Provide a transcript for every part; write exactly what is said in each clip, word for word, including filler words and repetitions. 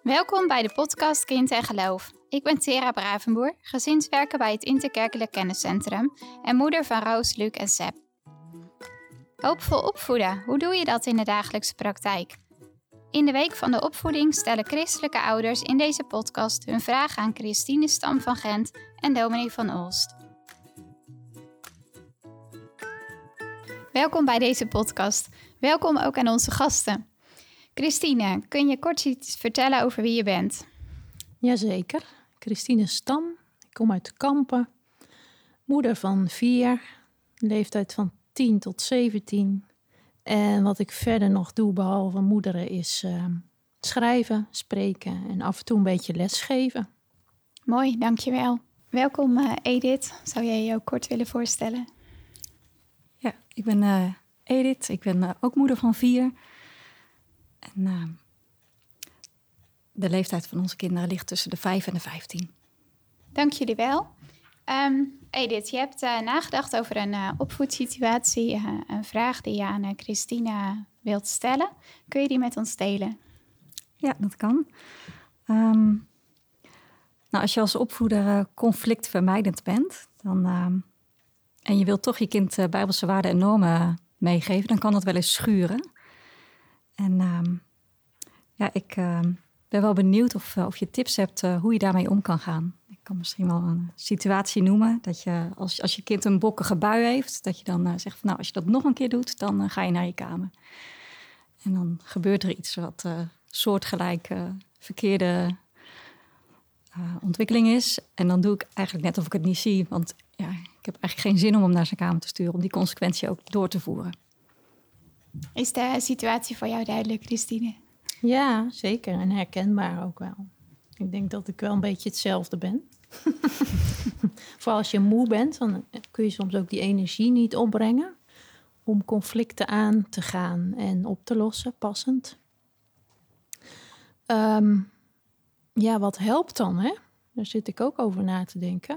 Welkom bij de podcast Kind en Geloof. Ik ben Tera Bravenboer, gezinswerker bij het Interkerkelijk Kenniscentrum en moeder van Roos, Luc en Seb. Hoopvol opvoeden, hoe doe je dat in de dagelijkse praktijk? In de week van de opvoeding stellen christelijke ouders in deze podcast hun vraag aan Christine Stam van Gent en Dominee van Olst. Welkom bij deze podcast. Welkom ook aan onze gasten. Christine, kun je kort iets vertellen over wie je bent? Jazeker, Christine Stam. Ik kom uit Kampen. Moeder van vier, leeftijd van tien tot zeventien. En wat ik verder nog doe, behalve moederen, is uh, schrijven, spreken en af en toe een beetje lesgeven. Mooi, dankjewel. Welkom uh, Edith. Zou jij je ook kort willen voorstellen? Ja, ik ben uh, Edith. Ik ben uh, ook moeder van vier. En uh, de leeftijd van onze kinderen ligt tussen de vijf en de vijftien. Dank jullie wel. Um, Edith, je hebt uh, nagedacht over een uh, opvoedsituatie, uh, een vraag die je aan uh, Christine wilt stellen. Kun je die met ons delen? Ja, dat kan. Um, nou, als je als opvoeder uh, conflictvermijdend bent, dan, uh, en je wilt toch je kind uh, bijbelse waarden en normen meegeven, dan kan dat wel eens schuren. En uh, ja, ik uh, ben wel benieuwd of, uh, of je tips hebt uh, hoe je daarmee om kan gaan. Ik kan misschien wel een situatie noemen dat je, als, als je kind een bokkige bui heeft, dat je dan uh, zegt van nou, als je dat nog een keer doet, dan uh, ga je naar je kamer. En dan gebeurt er iets wat uh, soortgelijke verkeerde uh, ontwikkeling is. En dan doe ik eigenlijk net of ik het niet zie, want ja, ik heb eigenlijk geen zin om hem naar zijn kamer te sturen, om die consequentie ook door te voeren. Is de situatie voor jou duidelijk, Christine? Ja, zeker. En herkenbaar ook wel. Ik denk dat ik wel een beetje hetzelfde ben. Vooral als je moe bent, dan kun je soms ook die energie niet opbrengen om conflicten aan te gaan en op te lossen, passend. Um, ja, wat helpt dan, hè? Daar zit ik ook over na te denken.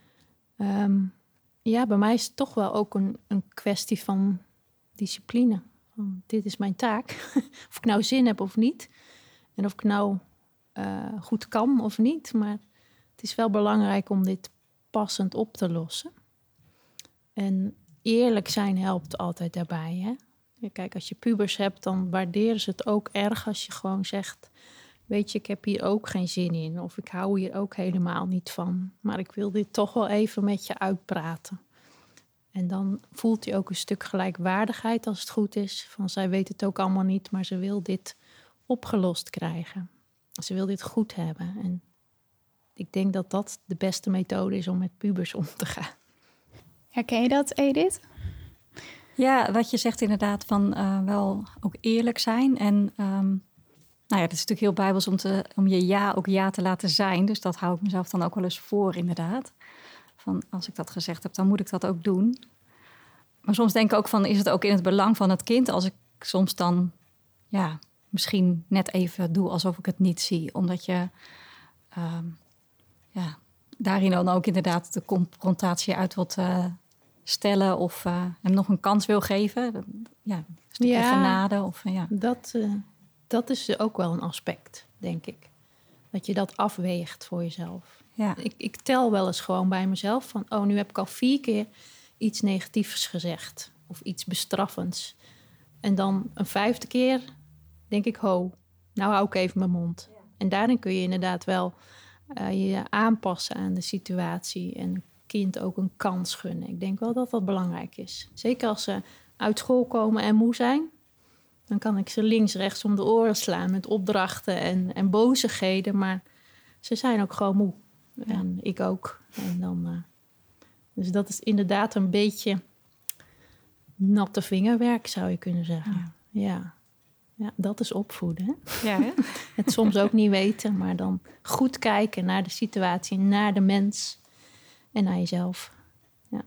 Um, ja, bij mij is het toch wel ook een, een kwestie van discipline. Van, dit is mijn taak. Of ik nou zin heb of niet. En of ik nou uh, goed kan of niet. Maar het is wel belangrijk om dit passend op te lossen. En eerlijk zijn helpt altijd daarbij. Hè? Ja, kijk, als je pubers hebt, dan waarderen ze het ook erg als je gewoon zegt, weet je, ik heb hier ook geen zin in. Of ik hou hier ook helemaal niet van. Maar ik wil dit toch wel even met je uitpraten. En dan voelt hij ook een stuk gelijkwaardigheid als het goed is. Van zij weet het ook allemaal niet, maar ze wil dit opgelost krijgen. Ze wil dit goed hebben. En ik denk dat dat de beste methode is om met pubers om te gaan. Herken je dat, Edith? Ja, wat je zegt inderdaad van uh, wel ook eerlijk zijn. En um, nou ja, het is natuurlijk heel bijbels om, te, om je ja ook ja te laten zijn. Dus dat hou ik mezelf dan ook wel eens voor inderdaad. Van als ik dat gezegd heb, dan moet ik dat ook doen. Maar soms denk ik ook van, is het ook in het belang van het kind als ik soms dan ja, misschien net even doe alsof ik het niet zie. Omdat je um, ja, daarin dan ook inderdaad de confrontatie uit wilt uh, stellen of uh, hem nog een kans wil geven. Ja, een stukje ja, genade. Of, uh, ja. dat, uh, dat is ook wel een aspect, denk ik. Dat je dat afweegt voor jezelf. Ja. Ik, ik tel wel eens gewoon bij mezelf van, oh, nu heb ik al vier keer iets negatiefs gezegd. Of iets bestraffends. En dan een vijfde keer denk ik, ho, nou hou ik even mijn mond. Ja. En daarin kun je inderdaad wel uh, je aanpassen aan de situatie. En een kind ook een kans gunnen. Ik denk wel dat dat belangrijk is. Zeker als ze uit school komen en moe zijn. Dan kan ik ze links, rechts om de oren slaan met opdrachten en, en bozigheden. Maar ze zijn ook gewoon moe. Ja. En ik ook. En dan, uh, dus dat is inderdaad een beetje natte vingerwerk, zou je kunnen zeggen. Ja, ja. Ja, dat is opvoeden. Hè? Ja, hè? Het soms ook niet weten, maar dan goed kijken naar de situatie, naar de mens en naar jezelf. Ja.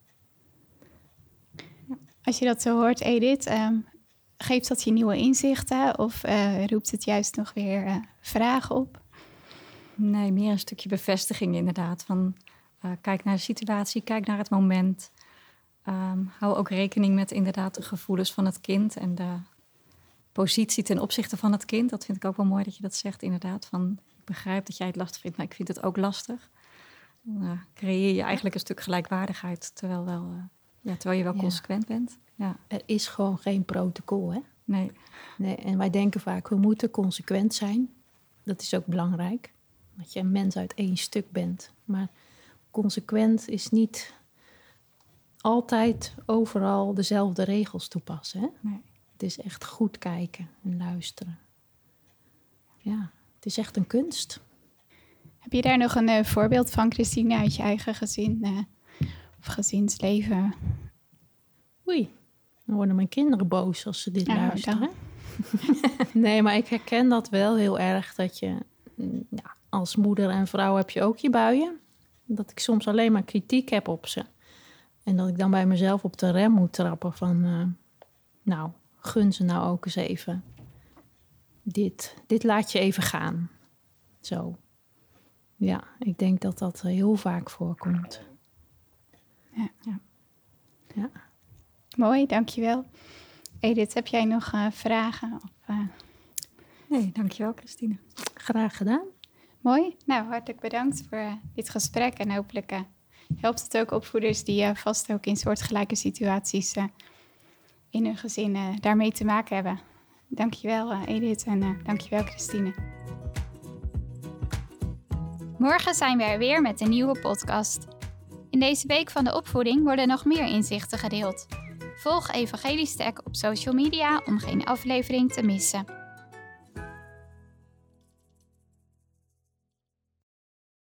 Als je dat zo hoort, Edith, um, geeft dat je nieuwe inzichten of uh, roept het juist nog weer uh, vragen op? Nee, meer een stukje bevestiging inderdaad. Van, uh, kijk naar de situatie, kijk naar het moment. Um, hou ook rekening met inderdaad de gevoelens van het kind en de positie ten opzichte van het kind. Dat vind ik ook wel mooi dat je dat zegt, inderdaad. Van, ik begrijp dat jij het lastig vindt, maar ik vind het ook lastig. Dan uh, creëer je eigenlijk een stuk gelijkwaardigheid, terwijl, wel, uh, ja, terwijl je wel ja. consequent bent. Ja. Er is gewoon geen protocol, hè? Nee. nee. En wij denken vaak, we moeten consequent zijn. Dat is ook belangrijk. Dat je een mens uit één stuk bent. Maar consequent is niet altijd overal dezelfde regels toepassen. Hè? Nee. Het is echt goed kijken en luisteren. Ja, het is echt een kunst. Heb je daar nog een uh, voorbeeld van, Christine, uit je eigen gezin uh, of gezinsleven? Oei, dan worden mijn kinderen boos als ze dit ja, luisteren. Nee, maar ik herken dat wel heel erg. Dat je, ja, als moeder en vrouw heb je ook je buien. Dat ik soms alleen maar kritiek heb op ze. En dat ik dan bij mezelf op de rem moet trappen van... Uh, nou, gun ze nou ook eens even. Dit, dit laat je even gaan. Zo. Ja, ik denk dat dat heel vaak voorkomt. Ja. Ja. Ja. Mooi, dankjewel. Edith, heb jij nog uh, vragen? Of, uh... Nee, dankjewel, Christine. Graag gedaan. Mooi. Nou, hartelijk bedankt voor uh, dit gesprek. En hopelijk uh, helpt het ook opvoeders die uh, vast ook in soortgelijke situaties uh, in hun gezin uh, daarmee te maken hebben. Dankjewel, uh, Edith, en uh, dankjewel, Christine. Morgen zijn we er weer met een nieuwe podcast. In deze week van de opvoeding worden nog meer inzichten gedeeld. Volg Evangelisch Tech op social media om geen aflevering te missen.